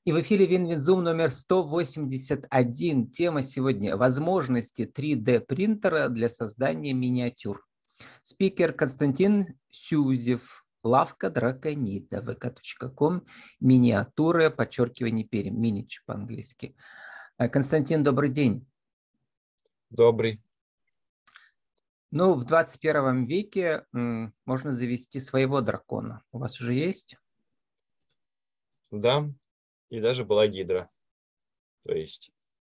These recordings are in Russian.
И в эфире Винвинзум номер 181. Тема сегодня – возможности 3D-принтера для создания миниатюр. Спикер Константин Сюзев, лавка Драконида, vk.com, миниатюры, подчеркивание перем, минич по-английски. Константин, добрый день. Добрый. Ну, в 21 веке можно завести своего дракона. У вас уже есть? Да, и даже была гидра. То есть,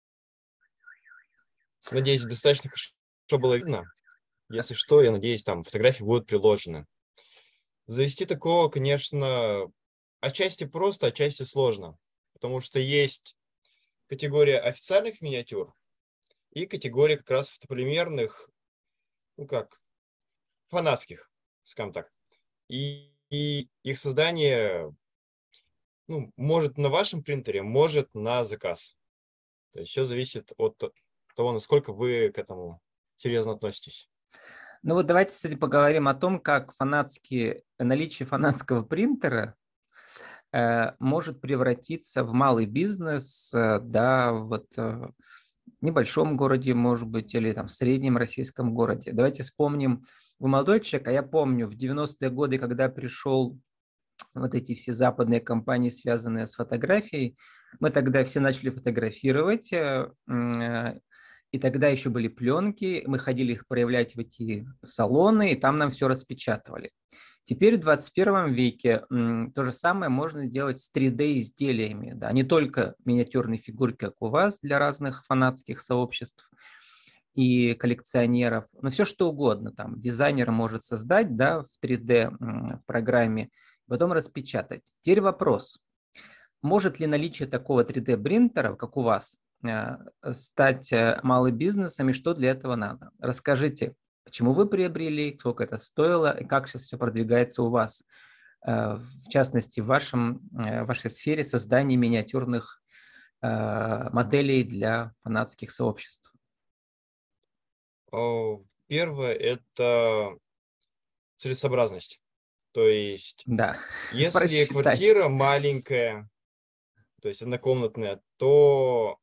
надеюсь, достаточно хорошо было видно. Если что, я надеюсь, там фотографии будут приложены. Завести такого, конечно, отчасти просто, отчасти сложно. Потому что есть категория официальных миниатюр и категория как раз фотополимерных, ну как, фанатских, скажем так. И их создание, ну, может на вашем принтере, может на заказ. То есть все зависит от того, насколько вы к этому серьезно относитесь. Ну вот давайте, кстати, поговорим о том, как наличие фанатского принтера может превратиться в малый бизнес, да, вот в небольшом городе, может быть, или там в среднем российском городе. Давайте вспомним, вы молодой человек, а я помню, в 90-е годы, когда пришел вот эти все западные компании, связанные с фотографией, мы тогда все начали фотографировать, и тогда еще были пленки, мы ходили их проявлять в эти салоны, и там нам все распечатывали. Теперь в 21 веке то же самое можно сделать с 3D-изделиями, да, не только миниатюрные фигурки, как у вас, для разных фанатских сообществ и коллекционеров, но все что угодно. Там дизайнер может создать, да, в 3D в программе, потом распечатать. Теперь вопрос. Может ли наличие такого 3D-принтера, как у вас, стать малым бизнесом и что для этого надо? Расскажите, почему вы приобрели, сколько это стоило и как сейчас все продвигается у вас, в частности, в вашей сфере создания миниатюрных моделей для фанатских сообществ? Первое – это целесообразность. То есть, Да, если просчитать. квартира маленькая, то есть однокомнатная, то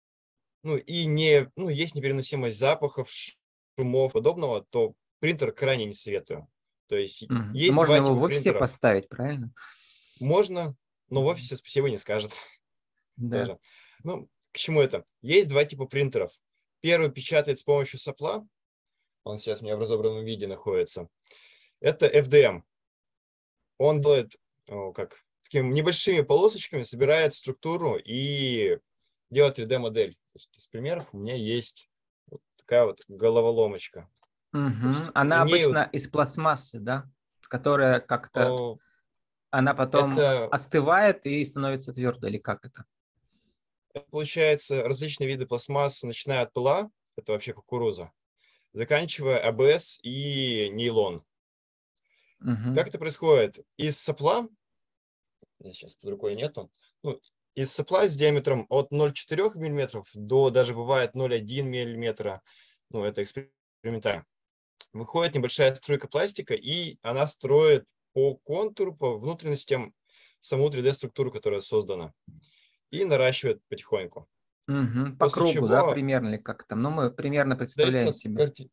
есть непереносимость запахов, шумов, подобного, то принтер крайне не советую. То есть есть Можно два его типа в офисе принтеров. поставить, правильно? Можно, но в офисе спасибо не скажет. Да. Даже. Ну, к чему это? Есть два типа принтеров. Первый печатает с помощью сопла. Он сейчас у меня в разобранном виде находится. Это FDM. Он делает такими небольшими полосочками, собирает структуру и делает 3D-модель. Из примеров у меня есть вот такая вот головоломочка. Она У нее обычно из пластмассы, да, которая как-то, она потом это остывает и становится твердой, или как это? получается различные виды пластмассы, начиная от пыла, это вообще кукуруза, заканчивая АБС и нейлон. Как это происходит? Из сопла, сейчас под рукой нету, из сопла с диаметром от 0,4 мм до даже бывает 0,1 мм, это экспериментально, выходит небольшая струйка пластика, и она строит по контуру, по внутренностям саму 3D-структуру, которая создана, и наращивает потихоньку. По После кругу, да, чего примерно, или как там? Ну, мы примерно зависит представляем от, себе. карти...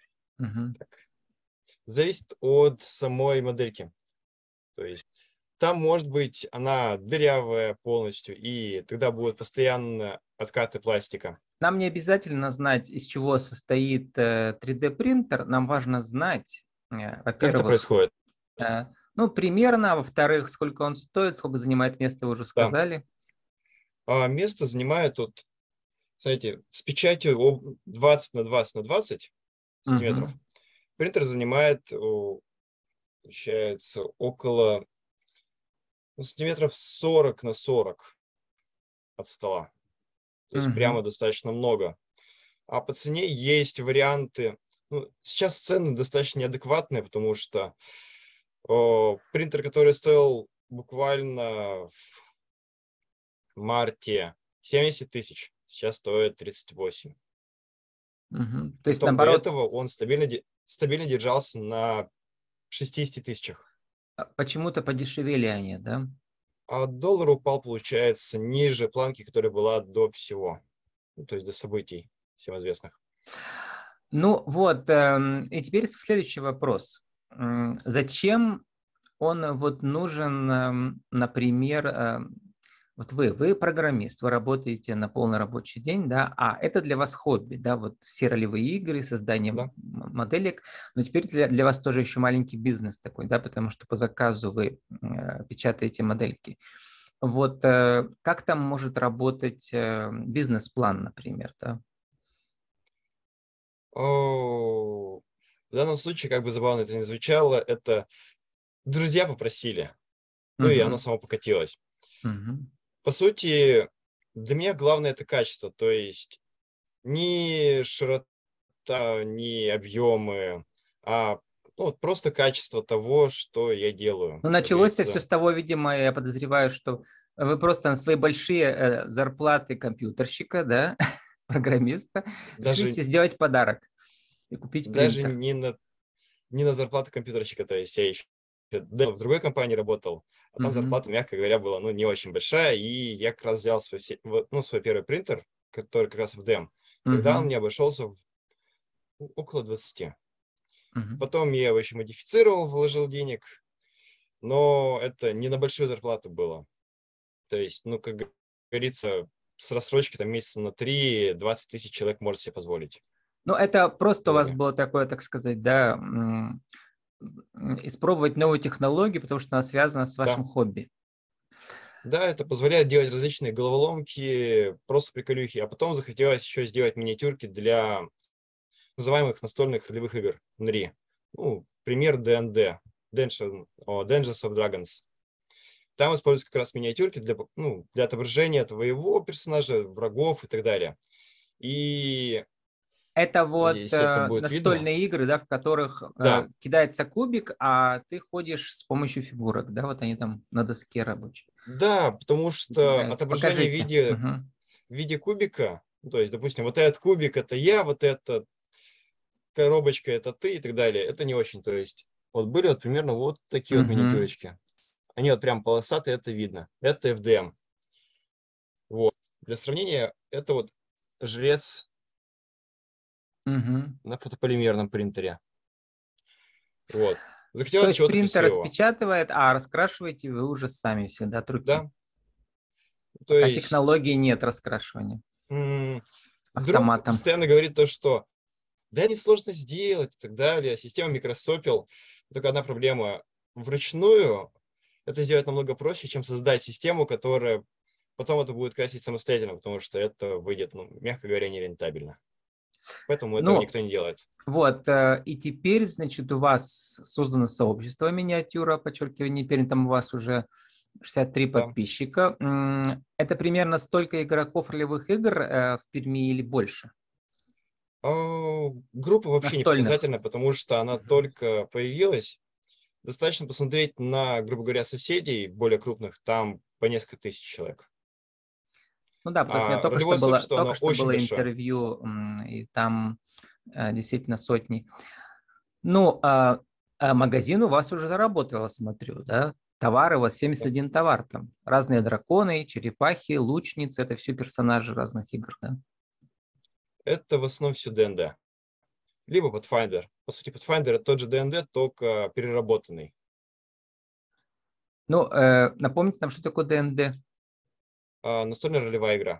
зависит от самой модельки. То есть там может быть она дырявая полностью, и тогда будут постоянно откаты пластика. Нам не обязательно знать, из чего состоит 3D-принтер. Нам важно знать, Как это во-первых, происходит? ну, примерно, а во-вторых, сколько он стоит, сколько занимает место, вы уже Да. сказали. А место занимает, смотрите, с печатью 20 на 20 на 20 сантиметров. Принтер занимает, получается, около сантиметров 40 на 40 от стола. То есть прямо достаточно много. А по цене есть варианты. Сейчас цены достаточно неадекватные, потому что принтер, который стоил буквально в марте 70 тысяч, сейчас стоит 38. То есть, Притом до наоборот, этого он стабильно держался на 60 тысячах. почему-то подешевели они, да? А доллар упал, получается, ниже планки, которая была до всего, ну, то есть до событий всем известных. Ну вот, и теперь следующий вопрос. Зачем он вот нужен, например, вот вы программист, вы работаете на полный рабочий день, да, а это для вас хобби, да, вот все ролевые игры, создание Да. моделек, но теперь для вас тоже еще маленький бизнес такой, да, потому что по заказу вы печатаете модельки. Вот как там может работать бизнес-план, например, да? В данном случае, как бы забавно это ни звучало, это друзья попросили, ну и оно Мгм. само покатилось. Мгм. По сути, для меня главное это качество, то есть ни широта, ни объемы, а ну, вот просто качество того, что я делаю. Ну, Как началось-то все говорится, с того, видимо, я подозреваю, что вы просто на свои большие зарплаты компьютерщика, да, программиста, решили даже, себе сделать подарок и купить даже принтер. не на зарплату компьютерщика, то есть я еще в другой компании работал, а там Мгм. зарплата, мягко говоря, была ну, не очень большая, и я как раз взял ну, свой первый принтер, который как раз в ДЭМ. Тогда он Мгм. мне обошелся около 20. Мгм. Потом я его еще модифицировал, вложил денег, но это не на большую зарплату было. То есть, ну, как говорится, с рассрочки там месяца на 3 20 тысяч человек может себе позволить Ну, это просто у вас доллары. было такое, так сказать, да, испробовать новую технологию, потому что она связана с вашим Да. хобби. Да, это позволяет делать различные головоломки, просто приколюхи. А потом захотелось еще сделать миниатюрки для называемых настольных ролевых игр НРИ. Ну, пример ДНД, Dungeons of Dragons. Там используются как раз миниатюрки для, ну, для отображения твоего персонажа, врагов и так далее. И, Это вот если это будет видно, настольные игры, да, в которых да, кидается кубик, а ты ходишь с помощью фигурок, да, вот они там на доске рабочей. да, потому что Передвигаются. отображение Покажите. Мгм. в виде кубика, ну, то есть, допустим, вот этот кубик это я, вот эта коробочка это ты и так далее, это не очень. То есть, вот были вот примерно вот такие вот Мгм. миниатюрочки. Они вот прям полосатые, это видно. Это FDM. Вот. Для сравнения, это вот жрец Мгм. на фотополимерном принтере. Вот. То Захотелось есть чего-то принтер красивого. распечатывает, а раскрашиваете вы уже сами всегда от руки. Да, то Пока есть технологии нет раскрашивания друг автоматом. постоянно говорит то, что да, несложно сделать и так далее. Система микросопил. Только одна проблема. Вручную это сделать намного проще, чем создать систему, которая потом это будет красить самостоятельно, потому что это выйдет, ну, мягко говоря, нерентабельно. Поэтому этого Ну, никто не делает. вот, и теперь, значит, у вас создано сообщество миниатюра, подчеркиваю, не теперь там у вас уже 63 Да. подписчика. Это примерно столько игроков ролевых игр в Перми или больше? Группа вообще не Настольных. показательная, потому что она Мгм. только появилась. Достаточно посмотреть на, грубо говоря, соседей более крупных, там по несколько тысяч человек. Ну да, потому что у меня А ролевое сообщество, только оно что очень было большое. интервью, и там действительно сотни. Ну, магазин у вас уже заработал, смотрю, да? Товары у вас Да. 71 товар там. Разные драконы, черепахи, лучницы, это все персонажи разных игр, да? Это в основном все ДНД. Либо Pathfinder. По сути, Pathfinder это тот же ДНД, только переработанный. Ну, напомните нам, что такое ДНД. Настольная ролевая игра.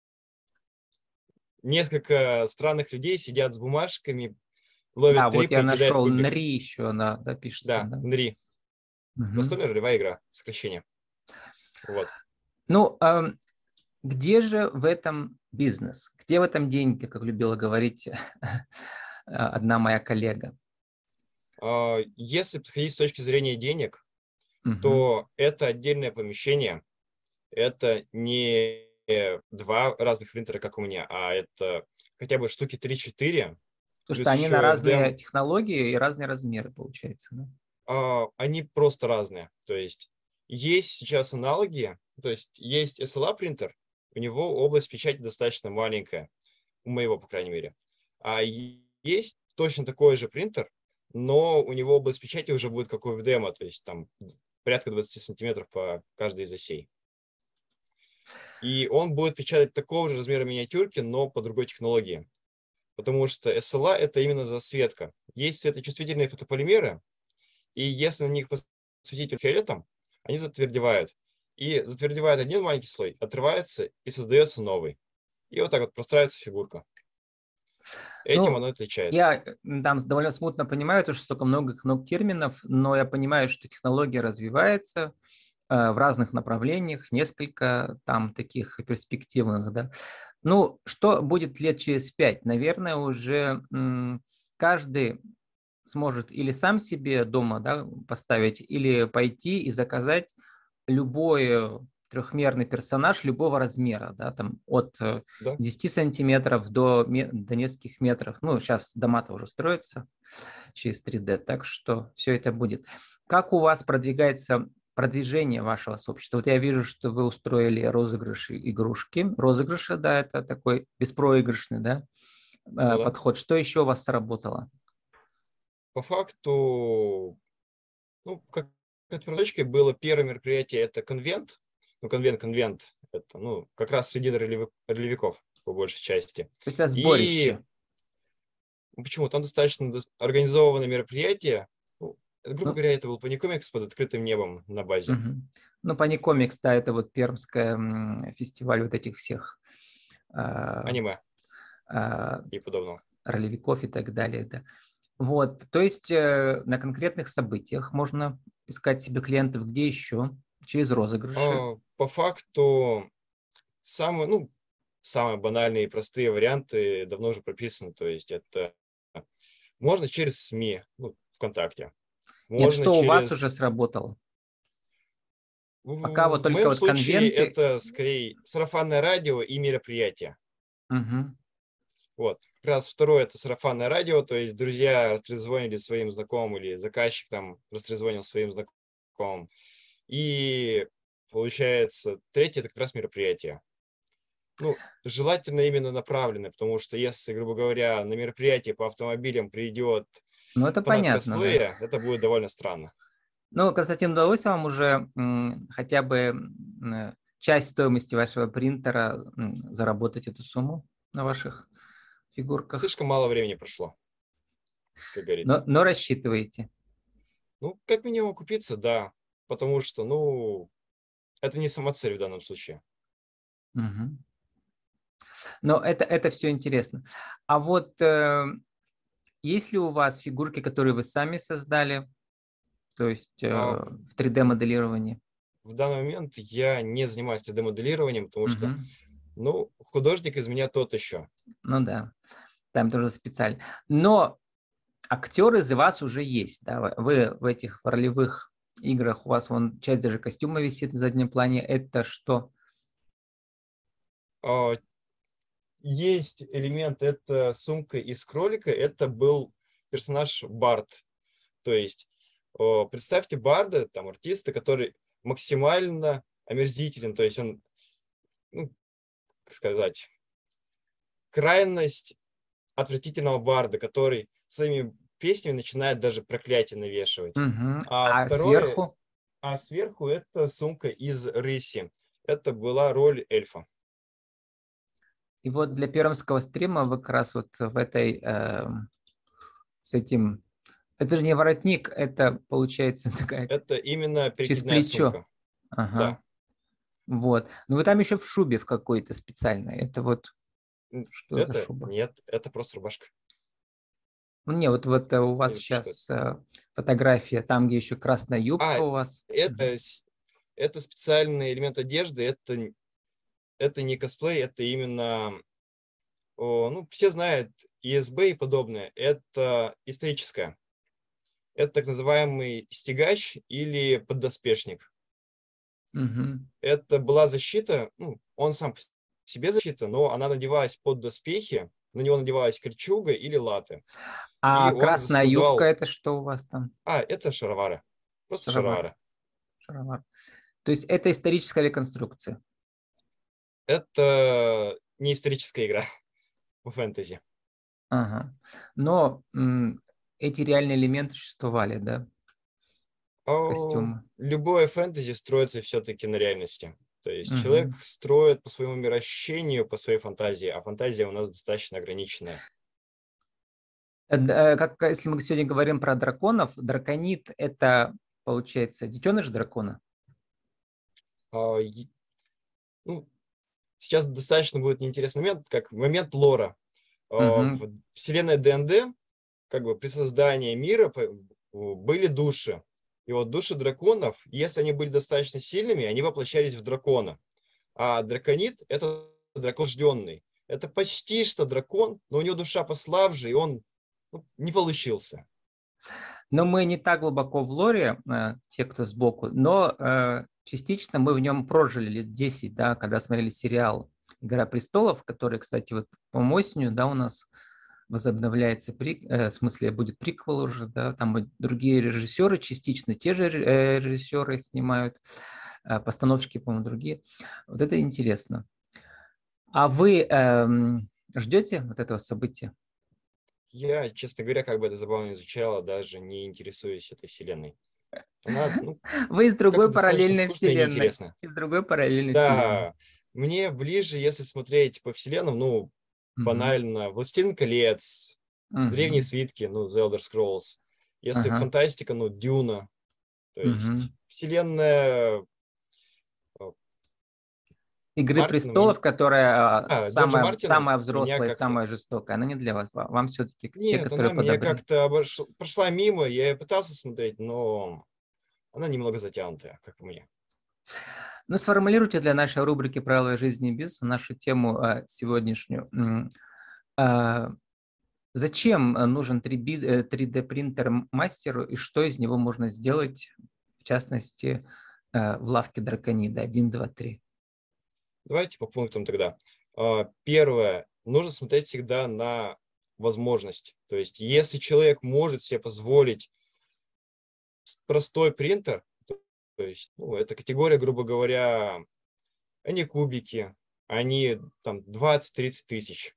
Несколько странных людей сидят с бумажками, ловят Да, вот я трипы и кидают нашел кубик. НРИ еще, она, да, пишется, Да, да. НРИ. Мгм. Настольная ролевая игра. Сокращение. Вот. Ну, где же в этом бизнес? Где в этом деньги, как любила говорить одна моя коллега? Если подходить с точки зрения денег, Мгм. то это отдельное помещение. Это не два разных принтера, как у меня, а это хотя бы штуки 3-4, Потому что плюс они на еще разные FDM. технологии и разные размеры, получается, да? Они просто разные. То есть есть сейчас аналоги, то есть есть SLA принтер, у него область печати достаточно маленькая, у моего, по крайней мере. Есть точно такой же принтер, но у него область печати уже будет как у FDM, то есть там порядка 20 сантиметров по каждой из осей. И он будет печатать такого же размера миниатюрки, но по другой технологии. Потому что SLA – это именно засветка. Есть светочувствительные фотополимеры, и если на них посветить фиолетом, они затвердевают. И затвердевает один маленький слой, отрывается и создается новый. И вот так вот простраивается фигурка. Этим Ну, оно отличается. я там довольно смутно понимаю, то, что столько много терминов, но я понимаю, что технология развивается в разных направлениях, несколько там таких перспективных, да. Ну, что будет лет через 5? Наверное, уже каждый сможет или сам себе дома, да, поставить, или пойти и заказать любой трехмерный персонаж любого размера, да, там от Да? 10 сантиметров до нескольких метров. Ну, сейчас дома-то уже строятся через 3D, так что все это будет. Как у вас продвигается продвижение вашего сообщества? Вот я вижу, что вы устроили розыгрыши игрушки. Розыгрыши, да, это такой беспроигрышный, да, Да. подход. Что еще у вас сработало? По факту, ну, как точкой было первое мероприятие, это конвент. Ну, конвент, это, ну, как раз среди ролевиков, по большей части. То есть это И сборище. почему? Там достаточно организованное мероприятие. Ну, грубо Ну, говоря, это был Паникомикс под открытым небом на базе. мгм. Ну, Паникомикс, да, это вот пермская фестиваль вот этих всех Аниме а, и подобного. ролевиков и так далее, да. Вот, то есть на конкретных событиях можно искать себе клиентов где еще? Через розыгрыши. По факту, самые банальные и простые варианты давно уже прописаны. То есть это можно через СМИ, ну, ВКонтакте. Нет, Можно что у вас уже через... сработало? Пока вот В только моем вот случае конвенты. это скорее сарафанное радио и мероприятия. Мгм. Вот. Как раз второе – это сарафанное радио, то есть друзья растрезвонили своим знакомым или заказчик там растрезвонил своим знакомым. И получается, третье – это как раз мероприятие. Ну, желательно именно направленное, потому что если, грубо говоря, на мероприятие по автомобилям придет Ну, это фанат понятно, да. косплея, это будет довольно странно. Ну, Константин, удалось вам уже хотя бы часть стоимости вашего принтера заработать эту сумму на ваших фигурках? Слишком мало времени прошло, как говорится. Но рассчитываете. Ну, как минимум купиться, да, потому что, ну, это не самоцель в данном случае. Мгм. Но это все интересно. А вот есть ли у вас фигурки, которые вы сами создали, то есть А в 3D-моделировании? в данный момент я не занимаюсь 3D-моделированием, потому что, Мгм. ну, художник из меня тот еще. Ну да, там тоже специально. Но актер из вас уже есть, да? Вы в этих ролевых играх, у вас вон часть даже костюма висит на заднем плане. Это что? А, Есть элемент, это сумка из кролика, это был персонаж Барт. То есть представьте Барда, там, артиста, который максимально омерзителен, то есть он, ну, как сказать, крайность отвратительного барда, который своими песнями начинает даже проклятие навешивать. Мгм. А А второе, сверху? а сверху это сумка из рыси. Это была роль эльфа. И вот для пермского стрима вы как раз вот в этой, с этим, это же не воротник, это получается такая Это именно через перекидная плечо. сумка. Ага. Да. Вот. Но вы там еще в шубе в какой-то специальной. Это вот что за Это шуба? нет, это просто рубашка. Ну, не, вот у вас Или что это? сейчас фотография, там, где еще красная юбка А, у вас. это, это специальный элемент одежды, это не косплей, это именно, ну, все знают ИСБ и подобное. Это историческое. Это так называемый стягач или поддоспешник. Мгм. Это была защита, ну, он сам по себе защита, но она надевалась под доспехи, на него надевалась кольчуга или латы. И А он красная юбка, создавал... это что у вас там? Это шаровары. Просто Шаровар. шаровары. Шаровар. То есть это историческая реконструкция. Это не историческая игра в фэнтези. Ага. Но эти реальные элементы существовали, да? костюмы. Любое фэнтези строится все-таки на реальности. То есть человек Мгм. строит по своему мироощущению, по своей фантазии, а фантазия у нас достаточно ограниченная. Как если мы сегодня говорим про драконов, драконит – это, получается, детеныш дракона? А, и- ну, Сейчас достаточно будет неинтересный момент, как момент лора. Мгм. В вселенной ДНД, как бы при создании мира были души. И вот души драконов, если они были достаточно сильными, они воплощались в дракона. А драконит– это дракон рожденный. Это почти что дракон, но у него душа послабже, и он не получился. Но мы не так глубоко в лоре, те, кто сбоку, но частично мы в нем прожили лет 10, да, когда смотрели сериал «Игра престолов», который, кстати, вот по осенью, да, у нас возобновляется, в смысле, будет приквел уже, да, там и другие режиссеры, частично те же режиссеры снимают, постановщики, по-моему, другие. Вот это интересно. А вы ждете вот этого события? Я, честно говоря, как бы это забавно изучала, даже не интересуюсь этой вселенной. Она, Вы из как-то другой достаточно параллельной скучная и вселенной. неинтересная. Из другой параллельной вселенной. Да, мне ближе, если смотреть по вселенным, Мгм. банально, «Властелин колец», «Древние Мгм. свитки», The Elder Scrolls. Если Ага. фантастика, «Дюна». То Мгм. есть вселенная э, «Игры Мартина, престолов», которая Джорджа самая, Мартина, самая меня взрослая и как-то... самая жестокая, она не для вас. Вам все-таки те, Нет, которые она меня подобраны. как-то прошла мимо, я и пытался смотреть, но она немного затянутая, как по мне. Ну, сформулируйте для нашей рубрики «Правила жизни и бизнеса» нашу тему сегодняшнюю. А, Зачем нужен 3D-принтер мастеру и что из него можно сделать, в частности, в лавке Драконида? Один, два, три. Давайте по пунктам тогда. Первое. Нужно смотреть всегда на возможность. То есть, если человек может себе позволить простой принтер, то есть, это категория, грубо говоря, они кубики, они там 20-30 тысяч,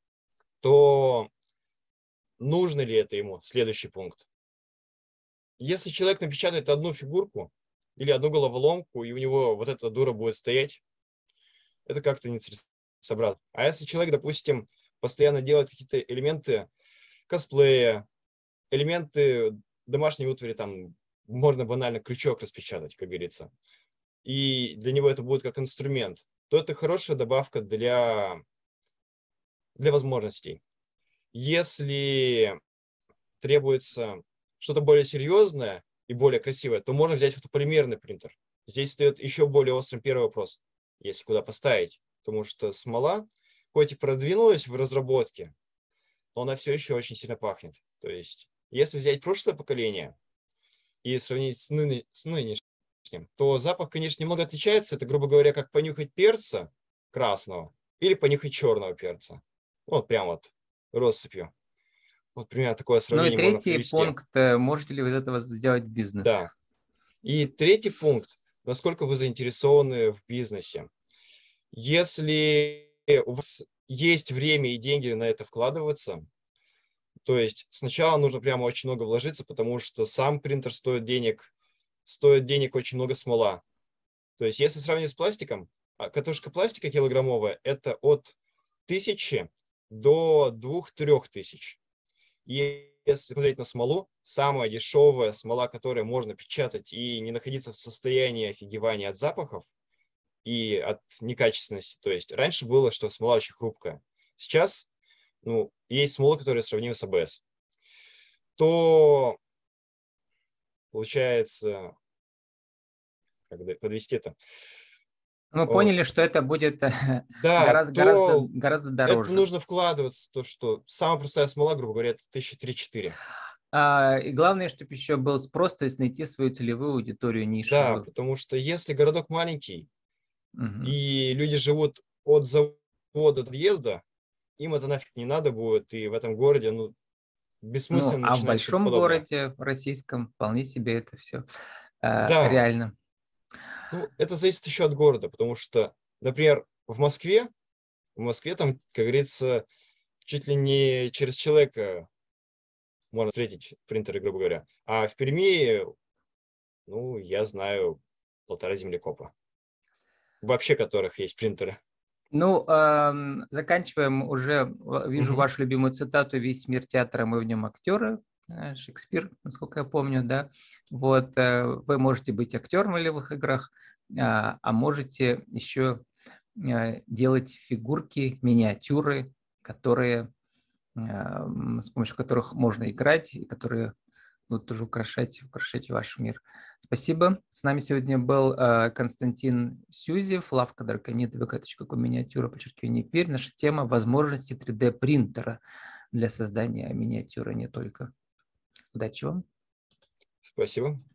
то нужно ли это ему? Следующий пункт. Если человек напечатает одну фигурку или одну головоломку, и у него вот эта дура будет стоять, это как-то нецелесообразно. А если человек, допустим, постоянно делает какие-то элементы косплея, элементы домашней утвари, там можно банально крючок распечатать, как говорится, и для него это будет как инструмент, то это хорошая добавка для возможностей. Если требуется что-то более серьезное и более красивое, то можно взять фотополимерный принтер. Здесь встает еще более острым первый вопрос, если куда поставить, потому что смола, хоть и продвинулась в разработке, но она все еще очень сильно пахнет. То есть, если взять прошлое поколение и сравнить с нынешним, то запах, конечно, немного отличается. Это, грубо говоря, как понюхать перца красного или понюхать черного перца. Вот прям вот россыпью. Вот примерно такое Ну и сравнение можно третий привести. пункт. Можете ли вы из этого сделать бизнес? Да. И третий пункт. Насколько вы заинтересованы в бизнесе. Если у вас есть время и деньги на это вкладываться, то есть сначала нужно прямо очень много вложиться, потому что сам принтер стоит денег очень много смола. То есть если сравнить с пластиком, катушка пластика килограммовая – это от 1000 до 2-3 тысяч. И если смотреть на смолу, самая дешевая смола, которую можно печатать и не находиться в состоянии офигевания от запахов и от некачественности. То есть раньше было, что смола очень хрупкая. Сейчас, есть смола, которая сравнима с АБС. То получается, как подвести это? Мы поняли, что это будет Да, гораздо, гораздо, то гораздо это дороже. нужно вкладываться, то, что самая простая смола, грубо говоря, это 1003-4. И главное, чтобы еще был спрос, то есть найти свою целевую аудиторию Да, нишевую. потому что если городок маленький, Мгм. и люди живут от завода до въезда, им это нафиг не надо будет, и в этом городе, Ну, бессмысленно а в начинать что-то большом подобное. городе российском вполне себе это все Да, реально. это зависит еще от города, потому что, например, в Москве там, как говорится, чуть ли не через человека можно встретить принтеры, грубо говоря. А в Перми Ну, я знаю 1,5 землекопа, вообще которых есть принтеры. Ну, заканчиваем уже. Вижу Мгм. вашу любимую цитату: «Весь мир театра, мы в нем актеры». Шекспир, насколько я помню, да. Вот, вы можете быть актером в ролевых играх, а можете еще делать фигурки, миниатюры, которые, с помощью которых можно играть, и которые будут тоже украшать ваш мир. Спасибо. С нами сегодня был Константин Сюзев, лавка драконидовая.ком, миниатюра, подчеркивание, перь. Наша тема — возможности 3D-принтера для создания миниатюры не только. Удачи вам. Спасибо.